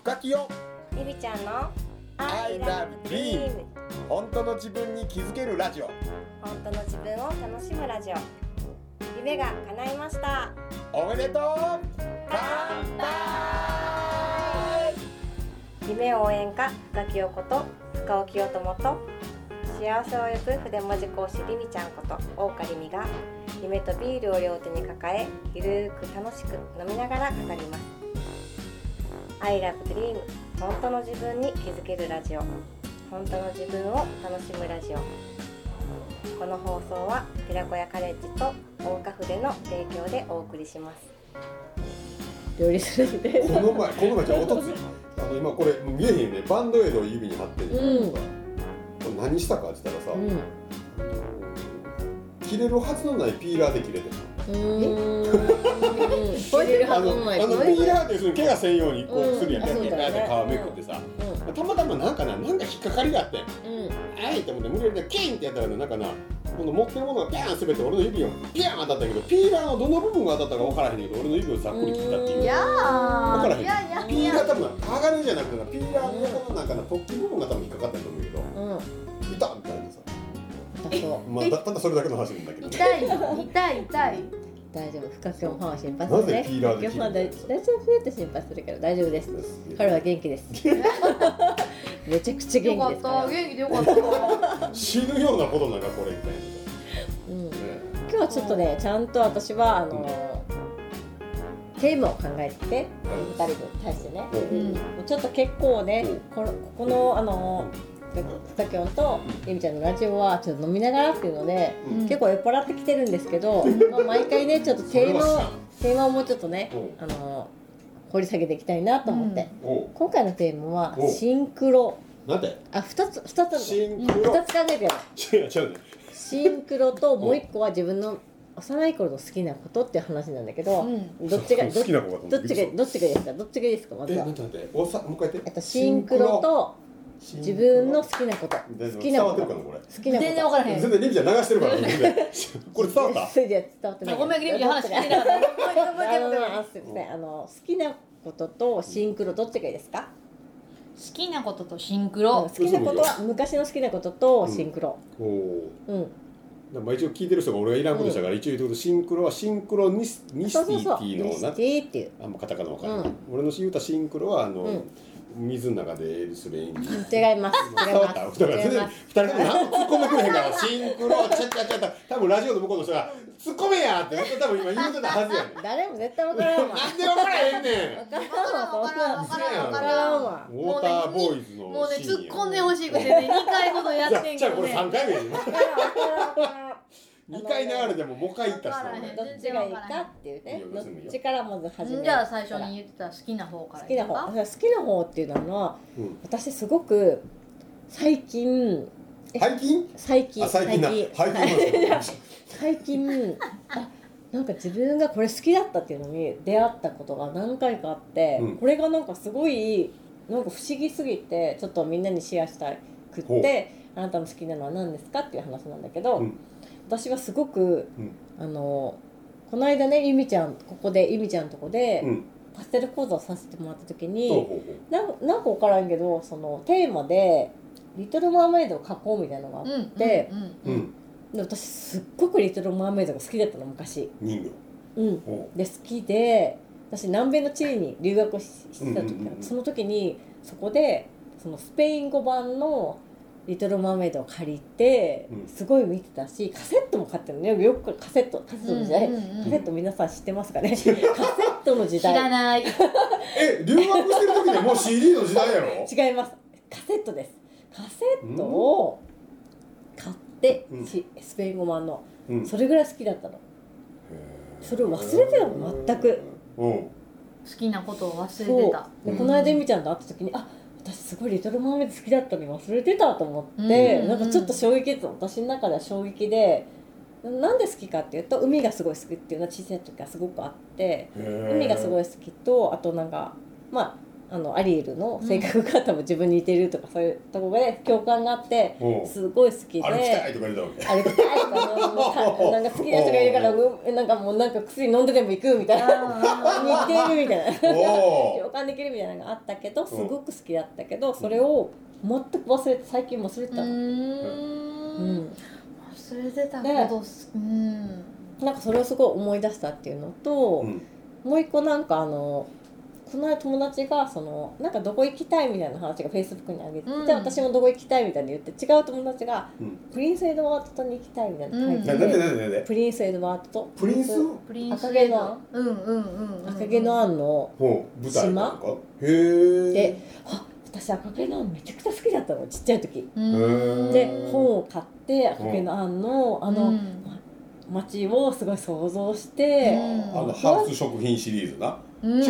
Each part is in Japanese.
深きよゆりちゃんの I love dream 本当の自分に気づけるラジオ。 本当の自分を楽しむラジオ。夢が叶いました。 おめでとう。乾杯。 夢応援歌深きよこと深尾清友と幸せを呼ぶ筆文字講師りみちゃんこと大岡りみが夢とビールを両手に抱えゆるく楽しく飲みながら語ります。 I love dream 本当の自分に気づけるラジオ。本当の自分を楽しむラジオ。この放送は寺子屋カレッジと大岡筆の提供でお送りします。料理するみたいな。 この前じゃおとつい今これ見えへんね、バンドエイドを指に貼ってるじゃないですか、これ何したかって言ったらさ、切れるはずのないピーラーで切れてる。 切れるはずのないピーラーって怪我せんようにこうするやん、ピーラーで皮めくってさ、たまたまなんか引っかかりがあってあいと思って無理やりでキンってやったらなんかな、この持ってるものがピャーン滑って俺の指をピャーン当たったけど、ピーラーのどの部分が当たったか分からへんけど俺の指をざっくり切ったっていう。分からへん。ピーラー多分鋼じゃなくてピーラーの横のなんか突起部分が多分引っかかったんだと思うけど、痛っみたいなさ。まあただそれだけの話なんだけど、ね、 痛い大丈夫、深くもファンは心配するね。 なぜピーラーで切るの？ 大丈夫って心配するけど大丈夫です。彼は元気ですめちゃくちゃ元気ですから。 元気でよかった死ぬようなことなんかこれみたいな、 今日はちょっとね、ちゃんと私はテーマを考えてて、2人に対してね、ちょっと結構ね、この深きょんとゆみちゃんのラジオはちょっと飲みながらっていうので、結構酔っ払ってきてるんですけど、毎回ねちょっとテーマをもうちょっとね掘り下げていきたいなと思って、今回のテーマはシンクロ。 なんで 2つシンクロ 2つ考えてる。 違うね、 シンクロともう1個は自分の幼い頃の好きなことっていう話なんだけど、どっちがいいですか？どっちがいいですか？まずはもう一回言って。 シンクロと自分の好きなこと。好きなこと。 全然分からへん。 全然リミちゃん流してるからね。これ伝わった？ 伝わってない。 ごめん、リミちゃん話聞いてなかった。 好きなこととシンクロどっちがいいですか？ 好きなこととシンクロ。 好きなことは昔の好きなこととシンクロ。 まあ一応聞いてる人が俺がいらんことしたから一応言うと、シンクロはシンクロニスティのな、あんまカタカナ分からない。俺の言うたシンクロは水の中でエルスレイン違います。 伝わった。だから全然2人とも何も突っ込んでくれへんからシンクロちゃ多分ラジオの向こうの人が突っ込めやって多分今言うてたはずやねん。 誰も絶対分からんわ。 なんで分からへんねん。 分からんわ。 ウォーターボーイズのもうね、突っ込んでほしいくてね、2回ほどやってんけどね。 じゃあこれ3回目やね。2回流れてももう一回言った人ね。 どっちがいいかっていうね。どっちからまず始める。 じゃあ最初に言ってた好きな方から。好きな方っていうのは、私すごく最近なんか自分がこれ好きだったっていうのに出会ったことが何回かあって、これがなんかすごいなんか不思議すぎてちょっとみんなにシェアしたくって、あなたの好きなのは何ですかっていう話なんだけど、私はすごくこの間ねゆみちゃんのとこでパステル講座をさせてもらった時になんか分からんけどそのテーマでリトルマーメイドを描こうみたいなのがあって、で私すっごくリトルマーメイドが好きだったの昔。で好きで私南米のチリに留学してた時その時にそこでそのスペイン語版のリトルマーメイドを借りてすごい見てたし、カセットも買ってるのね。よくカセットの時代、カセット皆さん知ってますかね？カセットの時代。 知らない。 留学してる時でもう CD の時代やろ？ 違います。カセットです。カセットを買ってスペイン語版のそれぐらい好きだったの。それを忘れてたの全く。 好きなことを忘れてた。 でこの間ゆみちゃんと会った時に私すごいリトルマーメイド好きだったのに忘れてたと思って、なんかちょっと衝撃です。私の中では衝撃で、なんで好きかっていうと海がすごい好きっていうのは小さい時からすごくあって、海がすごい好きとあとなんかアリエルの性格が多分自分に似てるとかそういうところで共感があってすごい好きで歩きたいとか言うたわけ歩きたいとかなんか好きな人がいるからなんかもうなんか薬飲んででも行くみたいな似てるみたいな共感できるみたいなのがあったけどすごく好きだったけどそれを全く忘れて最近忘れてたの。 忘れてたことなんかそれをすごい思い出したっていうのと、もう一個なんかこの間友達がなんかどこ行きたいみたいな話がフェイスブックに上げてて、じゃあ私もどこ行きたいみたいに言って違う友達が、プリンスエドワード島に行きたいみたいな書いてて、プリンスエドワード島プリンス赤毛のアンの島で私赤毛のアンめちゃくちゃ好きだったのちっちゃい時で本を買って赤毛のアンの街をすごい想像してハウス食品シリーズな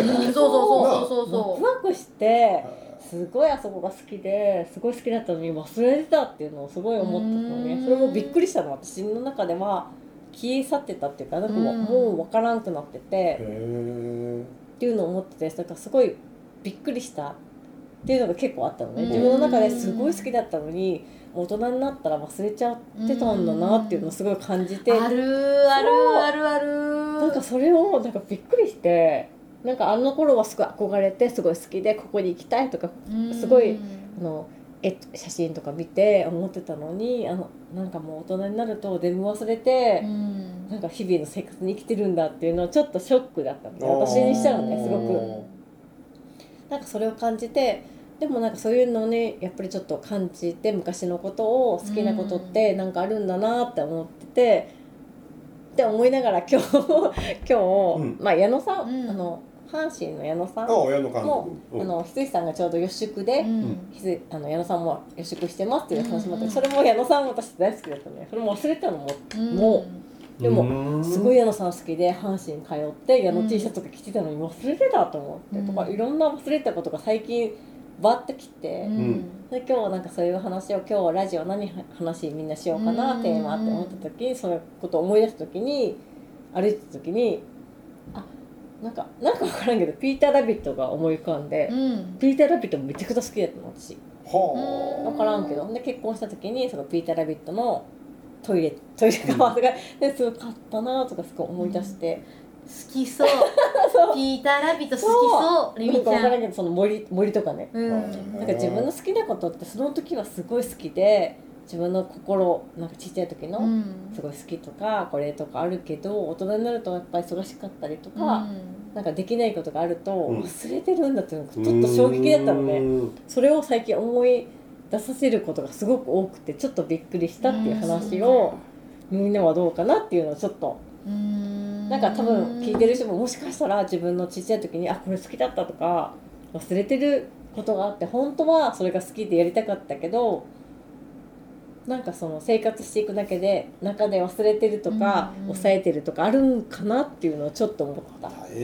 そうワクワクしてすごいあそこが好きですごい好きだったのに忘れてたっていうのをすごい思ったのね。それもびっくりしたの。私の中では消え去ってたっていうかなんかもう分からんくなっててっていうのを思っててだからすごいびっくりしたっていうのが結構あったのね。自分の中ですごい好きだったのに大人になったら忘れちゃってたんだなっていうのをすごい感じてあるあるあるあるなんかそれをなんかびっくりしてなんかあの頃はすごい憧れてすごい好きでここに行きたいとかすごい写真とか見て思ってたのになんかもう大人になると全部忘れてなんか日々の生活に生きてるんだっていうのはちょっとショックだったので私にしたらねすごくなんかそれを感じてでもなんかそういうのをねやっぱりちょっと感じて昔のことを好きなことってなんかあるんだなって思っててって思いながら今日、まあ矢野さん、阪神の矢野さんも翡翠さんがちょうど予祝で、矢野さんも予祝してますっていう話もあって、それも矢野さん私大好きだったのでそれも忘れてたのもでもすごい矢野さん好きで阪神通って矢野 T シャツとか着てたのに忘れてたと思って、とかいろんな忘れたことが最近バッてきて、で今日なんかそういう話を今日ラジオ何話みんなしようかな、テーマって思った時にそういうことを思い出した時に歩いてた時になんか分からんけどピーター・ラビットが思い浮かんで、ピーター・ラビットめちゃくちゃ好きだったの私分からんけどで結婚した時にそのピーター・ラビットのトイレカバーがすごい買ったなとかすごい思い出して、 好きそうピーター・ラビット好きそうリミちゃん分からんけどその森とかね、なんか自分の好きなことってその時はすごい好きで自分の心なんかちっちゃい時のすごい好きとかこれとかあるけど大人になるとやっぱり忙しかったりとか、なんかできないことがあると忘れてるんだっていうのがちょっと衝撃だったので、それを最近思い出させることがすごく多くてちょっとびっくりしたっていう話をみんなはどうかなっていうのをちょっとなんか多分聞いてる人ももしかしたら自分のちっちゃい時にこれ好きだったとか忘れてることがあって本当はそれが好きでやりたかったけどなんかその生活していくだけで中で忘れてるとか、抑えてるとかあるんかなっていうのをちょっと思った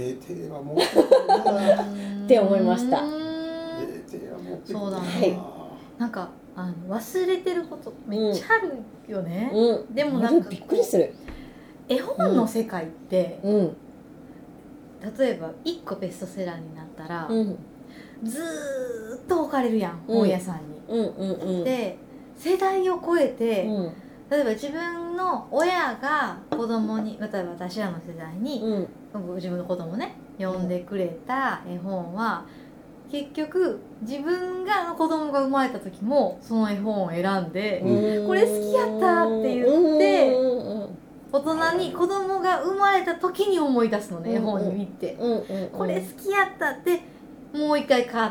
って思いました。 そうだね、なんか忘れてることめっちゃあるよね、でもなんかびっくりする絵本の世界って、例えば1個ベストセラーになったら、ずーっと置かれるやん、本屋さんに、で世代を超えて、例えば自分の親が子供に例えば私らの世代に、自分の子供ね読んでくれた絵本は結局自分が子供が生まれた時もその絵本を選んで、これ好きやったって言って、大人に子供が生まれた時に思い出すのね、絵本に見て、これ好きやったってもう一回買って、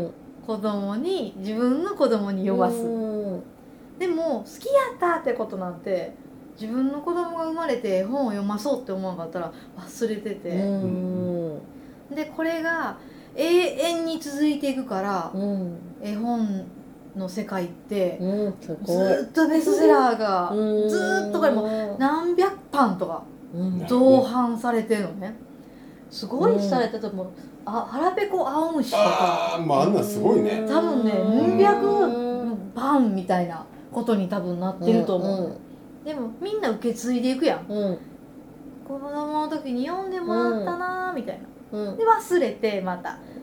自分の子供に読ます、でも好きやったってことなんて自分の子供が生まれて絵本を読まそうって思わなかったら忘れてて、でこれが永遠に続いていくから、絵本の世界って、ずっとベストセラーが、ずっとこれも何百版とか造版されてるのね、すごいされてたと思う。腹ペコ青虫とかあんなすごいね、 多分ね何百版みたいなことに多分なってると思う、でもみんな受け継いでいくやん、子供の時に読んでもらったなみたいな、で忘れてまた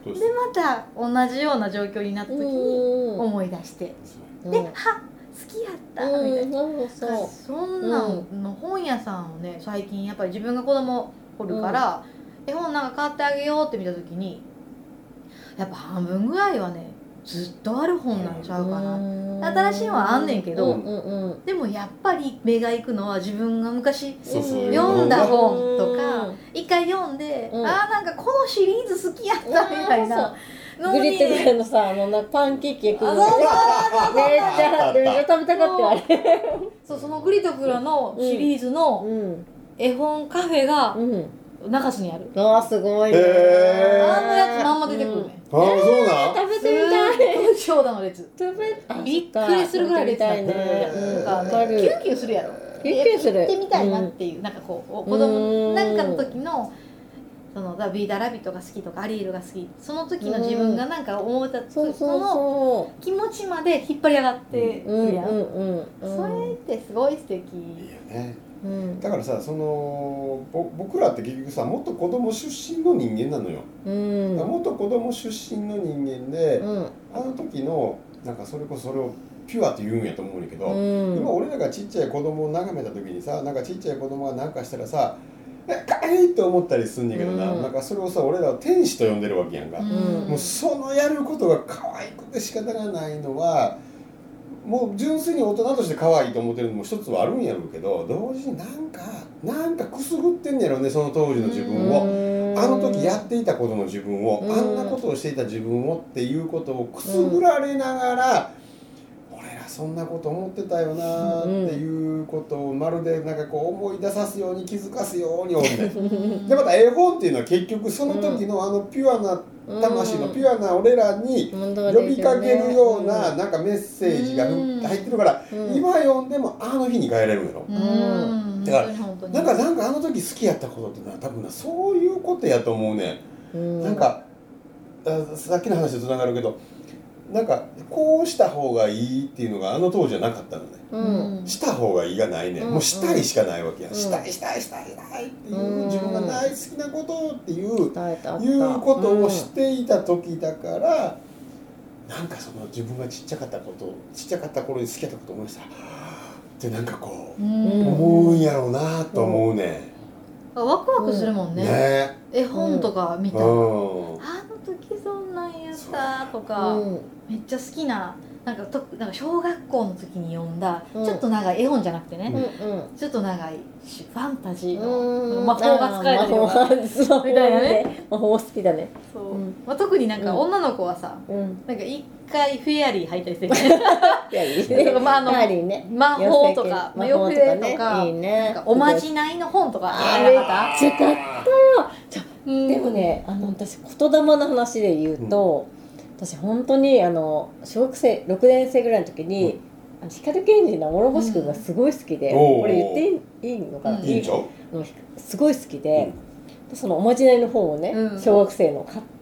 でまた同じような状況になった時に思い出して、で好きやったみたいな、そんなんの本屋さんをね最近やっぱり自分が子供おるから、絵本なんか買ってあげようって見た時にやっぱ半分ぐらいはねずっとある本なんちゃうかな。新しいのはあんねんけど、でもやっぱり目が行くのは自分が昔読んだ本とか一回読んで、なんかこのシリーズ好きやったみたいな。 グリテグラのさパンケーキ焼くのめっちゃ食べたかったあれ。 そう、そのグリテグラのシリーズの絵本カフェが中洲にある。 すごいね。 あのやつまんま出てくるね。 そうなん。 食べてみたい。 長蛇の列。びっくりするぐらい列だね。キュンキュンするやろ。 キュンキュンする。 行ってみたいなっていう、なんかこう子供なんかの時のそのビーダーラビットが好きとかアリエルが好き、その時の自分がなんか思ったその気持ちまで引っ張り上がってくるやん。それってすごい素敵。いいよね。 だからさ、その僕らって結局さ、元子供出身の人間なのよ。元子供出身の人間で、あの時のなんかそれこそそれをピュアと言うんやと思うんやけど、今俺らがちっちゃい子供を眺めた時にさ、なんかちっちゃい子供がなんかしたらさ、かわいいと思ったりすんねんけどな、なんかそれをさ俺らは天使と呼んでるわけやんか。もうそのやることが可愛くて仕方がないのは、もう純粋に大人として可愛いと思ってるのも一つはあるんやろうけど、同時になんかくすぐってんねやろね、その当時の自分を、あの時やっていたことの自分を、あんなことをしていた自分をっていうことをくすぐられながら、俺らそんなこと思ってたよなっていうことをまるでなんかこう思い出さすように気づかすようにおんねん。でまた絵本っていうのは結局その時のあのピュアな魂のピュアな俺らに呼びかけるようななんかメッセージが入ってるから、今読んでもあの日に帰れるんやろ。だからなんかあの時好きやったことってのは多分なそういうことやと思うねん。なんかさっきの話とつながるけど、なんかこうした方がいいっていうのがあの当時はなかったのね。した方がいいがないね。もうしたいしかないわけや。したいっていう自分が大好きなことっていうことをしていた時だから、なんかその自分がちっちゃかった頃に好きやったこと思い出したってなんかこう思うんやろうなと思うね。 ワクワクするもんね。絵本とか見たら、あの時そんなんやったとか、めっちゃ好きななんか小学校の時に読んだちょっと長い絵本じゃなくてね、ちょっと長いファンタジーの魔法が使えたりとかみたいなね。 魔法好きだね。 そう、特になんか女の子はさ、なんか一回フェアリー入ったりする魔法とか魔法とかおまじないの本とかめっちゃ買ったよ。でもね、私言霊の話で言うと、私本当に小学生6年生ぐらいの時に光源氏の諸星君がすごい好きで、これ言っていいのかな、すごい好きで、そのおまじないの本をね小学生の買って、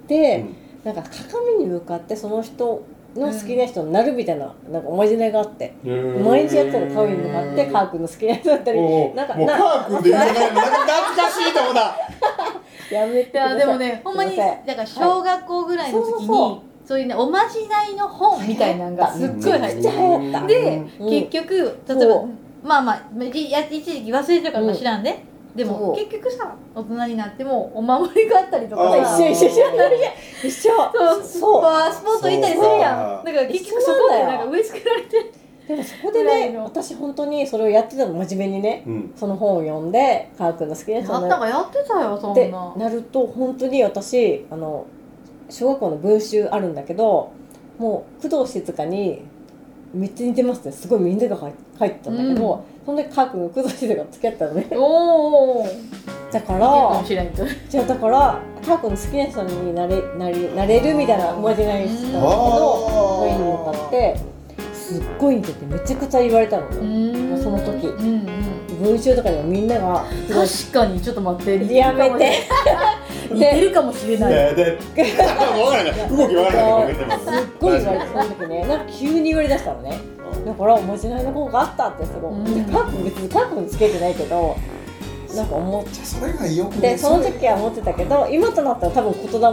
なんか鏡に向かってその人の好きな人になるみたいな、なんかおまじないがあって、毎日やったら鏡に向かってカー君の好きな人だったり、 なんかもうカー君で言うのが懐かしいと思った。 やめてください。 でもね、ほんまにだから小学校ぐらいの時にそういうねおまじないの本みたいなのがすっごい入ってる。で結局例えばまあ一時期忘れてるからも知らんで、でも結局さ大人になってもお守りがあったりとか一緒そうパワースポット行ったりするやん。だから結局そこでなんか植え付けられて。 でもそこでね、私本当にそれをやってたの、真面目にね、その本を読んでカー君の好きな人なんかやってたよそんな。 ってなると本当に私小学校の文集あるんだけど、もう工藤静香にめっちゃ似てますね。すごいみんなが入ってたんだけど、その時カー君が工藤静香と付き合ったのね。だからだからカー君の好きな人になれるみたいなおまじないしてたんだけど、上に向かってすっごい似ててめちゃくちゃ言われたの。その時文集とかでもみんなが確かにちょっと待ってやめて似てるかもしれない。 動きわからない。 すっごい言われて、その時ね、なんか急に言われだしたのね。だからおまじないの本があったってすごい。別にカー君つけてないけど、なんか思っちゃそれがよくでその時は思ってたけど、今となったら多分言霊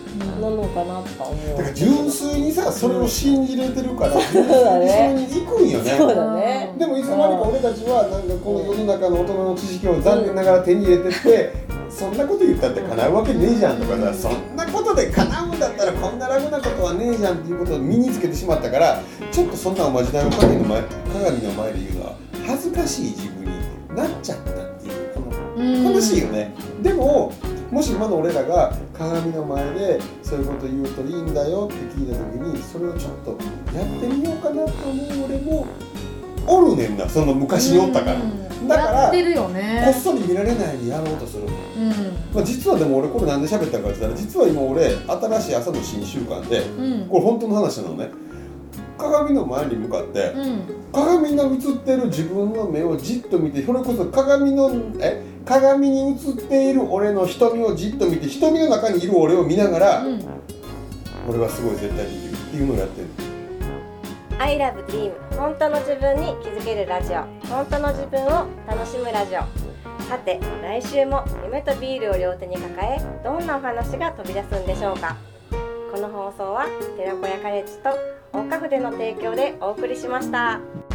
なのかなとか思う。 だから純粋にさ、それを信じれてるから純粋にそれに行くんよね。 そうだね。 でもいつの間にか俺たちはなんかこの世の中の大人の知識を残念ながら手に入れてって、そんなこと言ったって叶うわけねえじゃんとかさ、そんなことで叶うんだったらこんな楽なことはねえじゃんっていうことを身につけてしまったから、ちょっとそんなおまじないを鏡の前で言うのは恥ずかしい自分になっちゃったっていう、この悲しいよね。でももし今の俺らが鏡の前でそういうこと言うといいんだよって聞いた時に、それをちょっとやってみようかなと思う俺もおるねんな、その昔におったから。だからやってるよね、 こっそり見られないようにやろうとする、まあ、実はでも俺これなんで喋ったかって言ったら、実は今俺新しい朝の新習慣で、これ本当の話なのね。鏡の前に向かって、鏡の映ってる自分の目をじっと見て、それこそ鏡に映っている俺の瞳をじっと見て、瞳の中にいる俺を見ながら、俺はすごい絶対できるっていうのをやってる。 I love dream 本当の自分に気づけるラジオ、本当の自分を楽しむラジオ。さて来週も夢とビールを両手に抱え、どんなお話が飛び出すんでしょうか。この放送は寺子屋カレッジと大家筆の提供でお送りしました。